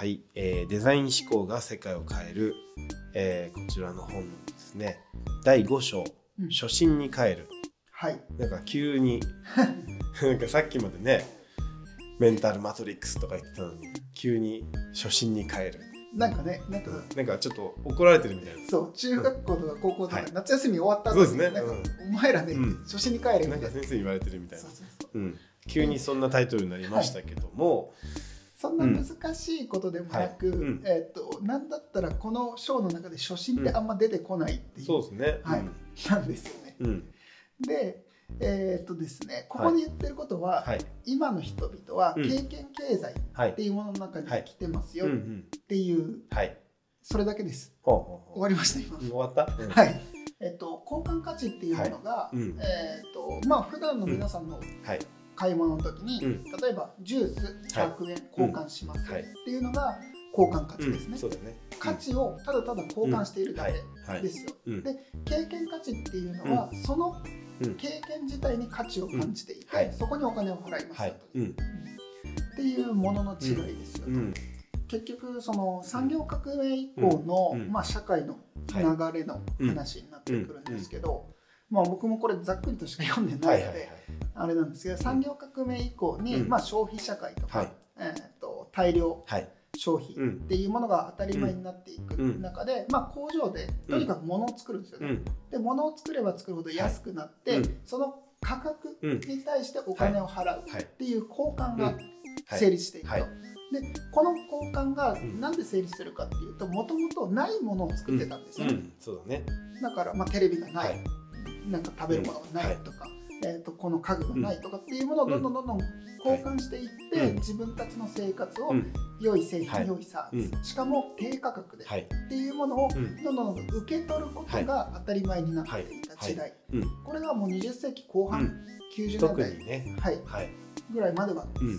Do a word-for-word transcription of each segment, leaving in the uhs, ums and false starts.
はい、えー、デザイン思考が世界を変える、えー、こちらの本のですねだいご章、うん、初心に帰る。 はい。 なんか急になんかさっきまでねメンタルマトリックスとか言ってたのに急に初心に帰る。 なんかね、なんか、 なんかちょっと怒られてるみたいな。 そう、中学校とか高校とか、うん、夏休み終わった後に、そうですね、 なんか、うん、お前らね、うん、初心に帰れみたいな。 なんか先生に言われてるみたいな。そうそうそう、うん、急にそんなタイトルになりましたけども、はい、 そんな難しいことでもなく、うんはいうん、えー、となんだったらこの章の中で初心ってあんま出てこないっていう、 そうですね、 はい、なんですよね。うん、で、えっとですね、ここで言ってることは、はい、今の人々は経験経済っていうものの中に来てますよっていう、はい、それだけです。 ほうほうほう、 終わりました今。 終わった？うん、 はい。えっと交換価値っていうものが、はいうん、えっとまあ普段の皆さんの、うんはい買い物の時に、うん、例えばジュースひゃくえん交換します、はい、っていうのが交換価値ですね。うんそうだねうん、価値をただただ交換しているだけですよ。うんはいはい、で経験価値っていうのは、うん、その経験自体に価値を感じていて、うんはい、そこにお金を払いますよと、はい、っていうものの違いですよと、うん、結局その産業革命以降の、うんまあ、社会の流れの話になってくるんですけど、まあ、僕もこれざっくりとしか読んでないので、はいはいはいあれなんですけど産業革命以降に、うんまあ、消費社会とか、はいえー、と大量消費っていうものが当たり前になっていく中で、うんまあ、工場でとにかく物を作るんですよね、うん、で物を作れば作るほど安くなって、はい、その価格に対してお金を払うっていう交換が成立していくと、はいはい、でこの交換がなんで成立するかっていうともともとないものを作ってたんですよね、うんうんそうだね、だから、まあ、テレビがない、はい、なんか食べるものがないとか、うんはいえー、とこの家具がないとかっていうものをどんどんどんどん交換していって、うん、自分たちの生活を良い製品、うん、良いサービス、うん、しかも低価格で、はい、っていうものをどんどんどんどん受け取ることが当たり前になっていた時代、はいはいはい、これがもうにじゅっせいきこう半、うん、きゅうじゅうねんだい、ねはいはい、ぐらいまでは、うん、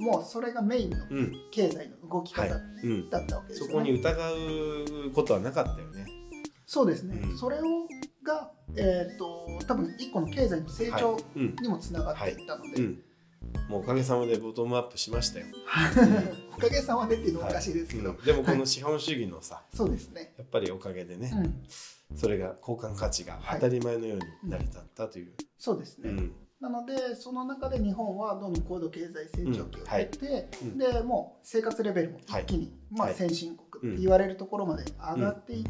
もうそれがメインの経済の動き方だったわけですよね、 はいうん、そこに疑うことはなかったよね。 そうですね、うん、それをが、えー、と多分一個の経済の成長にもつながっていったので、はいうんはいうん、もうおかげさまでボトムアップしましたよおかげさまでっていうのはおかしいですけど、 はいうん、でもこの資本主義のさ、はい、 そうですねやっぱりおかげでね、うん、それが交換価値が当たり前のように成り立ったという、はいうん、 そうですね、うんなのでその中で日本はどんどん高度経済成長期を経て、うんはいうん、でもう生活レベルも一気に、はいまあ、先進国って言われるところまで上がっていって、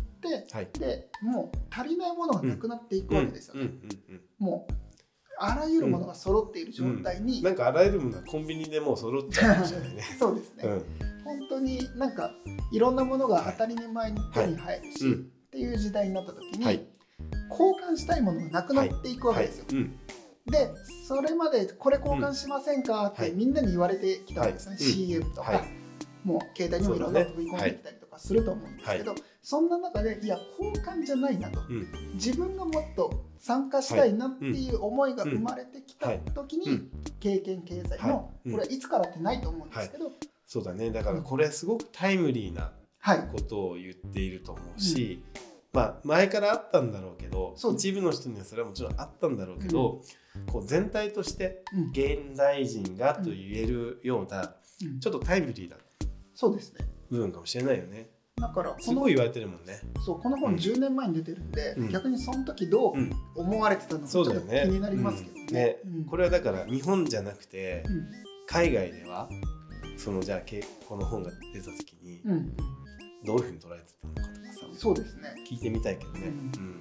うんはい、でもう足りないものがなくなっていくわけですよね。もうあらゆるものが揃っている状態に、 うんうん、なんかあらゆるものはコンビニでもう揃っちゃうかもしれないねそうですね、うん、本当になんかいろんなものが当たり前に手に入るし、はいはい、っていう時代になった時に、はい、交換したいものがなくなっていくわけですよ、はいはいうんでそれまでこれ交換しませんかってみんなに言われてきたわけですね、はい、シーエム とか、はい、もう携帯にもいろんな飛び込んできたりとかすると思うんですけど そ,、ねはい、そんな中でいや交換じゃないなと、うん、自分がもっと参加したいなっていう思いが生まれてきた時に、はいうん、経験経済の、はい、これはいつからってないと思うんですけど、はい、 そうだねだからこれすごくタイムリーなことを言っていると思うし、はいうんまあ、前からあったんだろうけど一部の人にはそれはもちろんあったんだろうけど、うん、こう全体として現代人がと言えるような、うん、ちょっとタイムリーなそうですね部分かもしれないよね。 だからすごい言われてるもんね。 そうこの本じゅうねんまえに出てるんで、うん、逆にその時どう思われてたのかちょっと気になりますけどね。うんねうん、これはだから日本じゃなくて、うん、海外ではそのじゃあこの本が出た時に、うんどういうふうに捉えてたのかとかさそうですね聞いてみたいけどね、うんうん、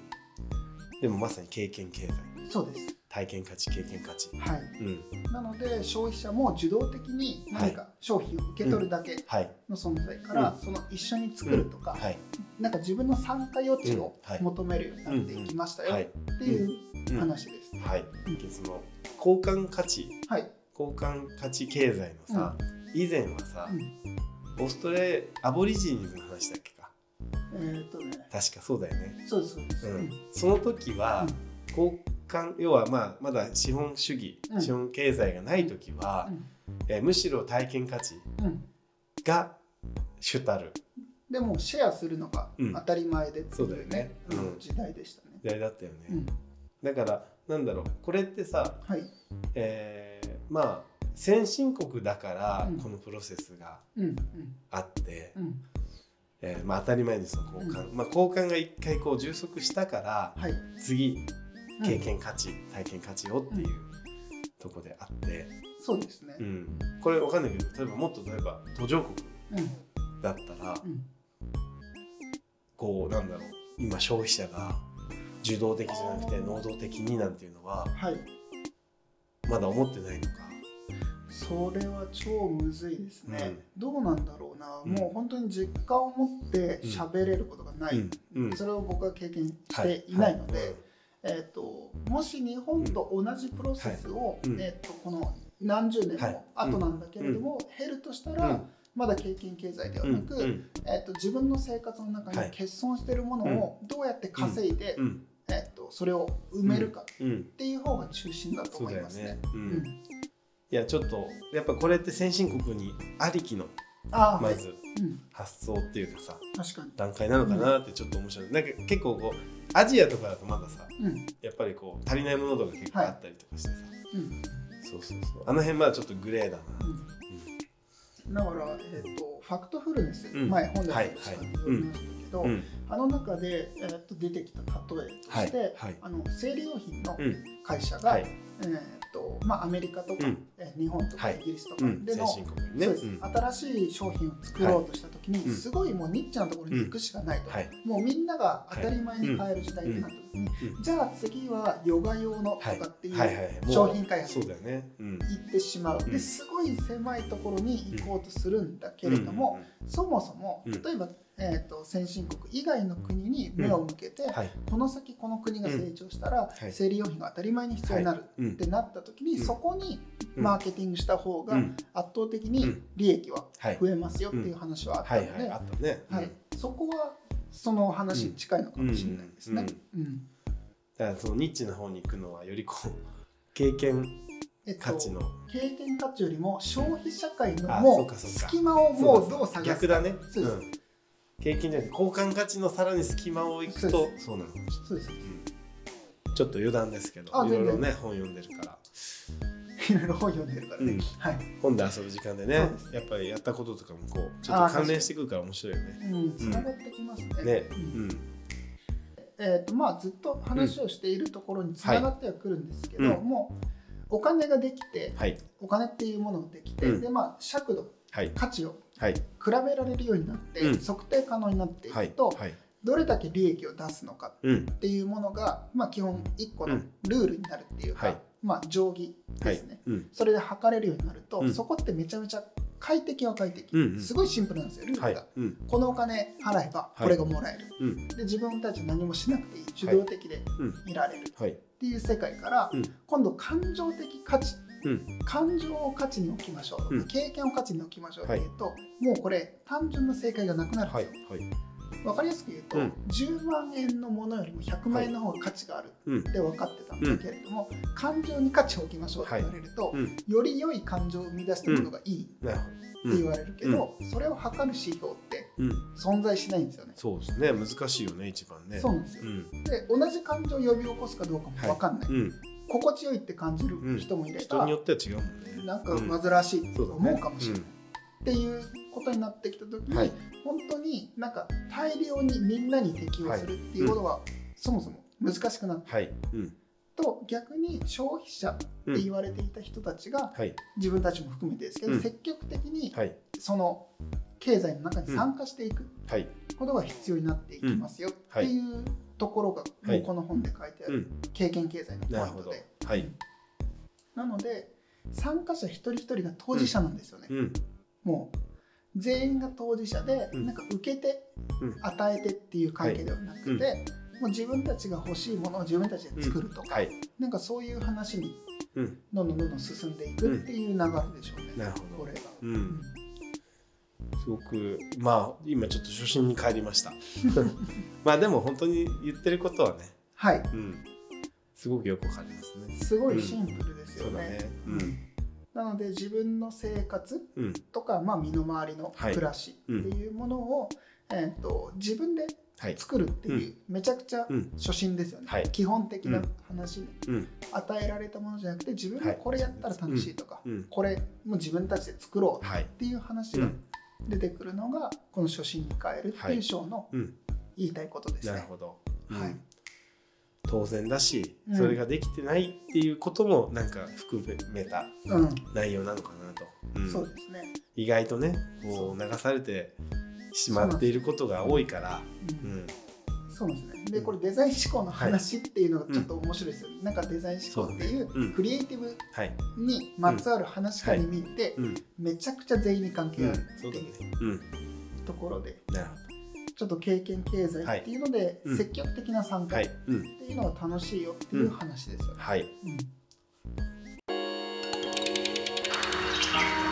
でもまさに経験経済そうです体験価値経験価値はい、うん、なので消費者も受動的に何か商品を受け取るだけの存在から、はい、その一緒に作るとか、うんはい、なんか自分の参加余地を求めるようになっていきましたよっていう話です、ねうんはいうん、その交換価値、はい、交換価値経済のさ、うん、以前はさ、うんオーストラリアアボリジニズの話だっけかえーっとね確かそうだよねそうですそうです、 うん、その時は、うん、交換要は、まあ、まだ資本主義、うん、資本経済がない時は、うんえー、むしろ体験価値が主たる、 うん、でもシェアするのが当たり前でっていう、ねうん、そうだよね、うん、時代でしたね時代だったよね、うん、だからなんだろうこれってさ、はいえー、まあ先進国だからこのプロセスがあって、うんうんうんえーまあ、当たり前にその交換、うんまあ、交換が一回こう充足したから、はい、次経験価値、うん、体験価値をっていうとこであって、 うん、そうですね、 うん、これわかんないけど例えばもっと例えば途上国だったら、うんうん、こうなんだろう今消費者が受動的じゃなくて能動的になんていうのは、はい、まだ思ってないのか。 それは超むずいですね、うん、どうなんだろうな、うん、もう本当に実感を持って喋れることがない、うんうん、それを僕は経験していないので、はいはいえー、ともし日本と同じプロセスを、うんえー、とこの何十年も後なんだけれども、はいうん、減るとしたら、うんまだ経験経済ではなく、うんえー、と自分の生活の中に欠損しているものをどうやって稼いで、うんえー、とそれを埋めるかっていう方が中心だと思いますね。 いやちょっとやっぱこれって先進国にありきのまず発想っていうかさ、確かに段階なのかなってちょっと面白い。なんか結構こうアジアとかだとまださ、うん、やっぱりこう足りないものとか結構あったりとかしてさ、はいうん、そうそうそうあの辺まだちょっとグレーだな、うんうん、だから、えー、とファクトフルネス、うん、前本で読みましたけど、はいはいうん、あの中で、えー、と出てきた例えとして、はいはい、あの生理用品の会社が、うんはいえーとまあ、アメリカとか、うん、日本とかイギリスとかでの、はいうんねうん、新しい商品を作ろうとした時に、はい、すごいもうニッチなところに行くしかないと、うんはい、もうみんなが当たり前に買える時代になった時に、うん、じゃあ次はヨガ用のとかっていう商品開発に行ってしまう、ですごい狭いところに行こうとするんだけれども、うん、そもそも例えばえー、と先進国以外の国に目を向けて、うんはい、この先この国が成長したら、うんはい、生理用品が当たり前に必要になるってなった時に、うん、そこにマーケティングした方が圧倒的に利益は増えますよっていう話はあったのでそこはその話に近いのかもしれないですね。 だからそのニッチな方に行くのはよりこう経験価値の、 えっと、経験価値よりも消費社会のもう隙間をもうどう探すか。 逆だね。そうです、うん経験じゃなくて交換価値のさらに隙間をいくとそうなのかもしれない。そうです、うん、ちょっと余談ですけどいろいろね本読んでるからいろいろ本読んでるからね、うんはい、 本で遊ぶ時間で ね, でねやっぱりやったこととかもこうちょっと関連してくるから面白いよね。 うんつながってきますね。うんねうんえーとまあ、ずっと話をしているところにつながってはくるんですけど、うんはい、もうお金ができて、はい、お金っていうものができて、うん、でまあ尺度、はい、価値をはい、比べられるようになって、うん、測定可能になっていくと、はいはい、どれだけ利益を出すのかっていうものが、うんまあ、基本いっこのルールになるっていうか、うんまあ、定規ですね、はいうん、それで測れるようになると、うん、そこってめちゃめちゃ快適は快適、うんうん、すごいシンプルなんですよルールが、はいうん、このお金払えばこれがもらえる、はい、で自分たち何もしなくていい受動的でいられるっていう世界から、うん、今度感情的価値うん、感情を価値に置きましょう、うん、経験を価値に置きましょうっていうと、はい、もうこれ単純な正解がなくなるんですよ、はいはい、分かりやすく言うと、うん、じゅうまんえんのものよりもひゃくまんえんの方が価値があるって分かってたんだけれども、うん、感情に価値を置きましょうって言われると、はい、より良い感情を生み出したものがいいって言われるけど、うん、それを測る指標って存在しないんですよね、 うん、そうですね難しいよね一番ね。 そうなんですよ、うん、で同じ感情を呼び起こすかどうかも分かんない、はいうん心地よいって感じる人もいれば、うん、 人によっては違うもんねなんか煩わしいって思うかもしれない、うんねうん、っていうことになってきた時に、はい、本当になんか大量にみんなに適用するっていうことが、はい、そもそも難しくなって、はいうん、と逆に消費者って言われていた人たちが、うん、自分たちも含めてですけど、うん、積極的にその経済の中に参加していくことが必要になっていきますよっていう、うんはいところがもうこの本で書いてある経験経済のポイントで、はい、なので参加者一人一人が当事者なんですよね、うん、もう全員が当事者で、うん、なんか受けて、うん、与えてっていう関係ではなくて、はい、もう自分たちが欲しいものを自分たちで作るとか、うんはい、なんかそういう話にどんどんどんどん進んでいくっていう流れでしょうね、うん、なるほどこれが、うんうんすごくまあ今ちょっと初心に帰りましたまあでも本当に言ってることはねはい、うん、すごくよくわかりますね。 すごいシンプルですよね、うん、そうだね、うん、なので自分の生活とか、うんまあ、身の回りの暮らしっていうものを、うんえー、と自分で作るっていう、めちゃくちゃ初心ですよね、はい、基本的な話、うん、与えられたものじゃなくて自分がこれやったら楽しいとか、うん、これも自分たちで作ろうっていう話が出てくるのがこの初心に変えるっていう章の言いたいことですね。 なるほど、はい、当然だし、それができてないっていうこともなんか含めた内容なのかなと、 うん、そうですね。 意外とねこう流されてしまっていることが多いから、 そうですね。でこれデザイン思考の話っていうのがちょっと面白いですよね、はい、なんかデザイン思考っていうクリエイティブにまつわる話から見てめちゃくちゃ全員に関係あるっていうところで、なるほど、ちょっと経験経済っていうので積極的な参加っていうのが楽しいよっていう話ですよね。 はい、うん。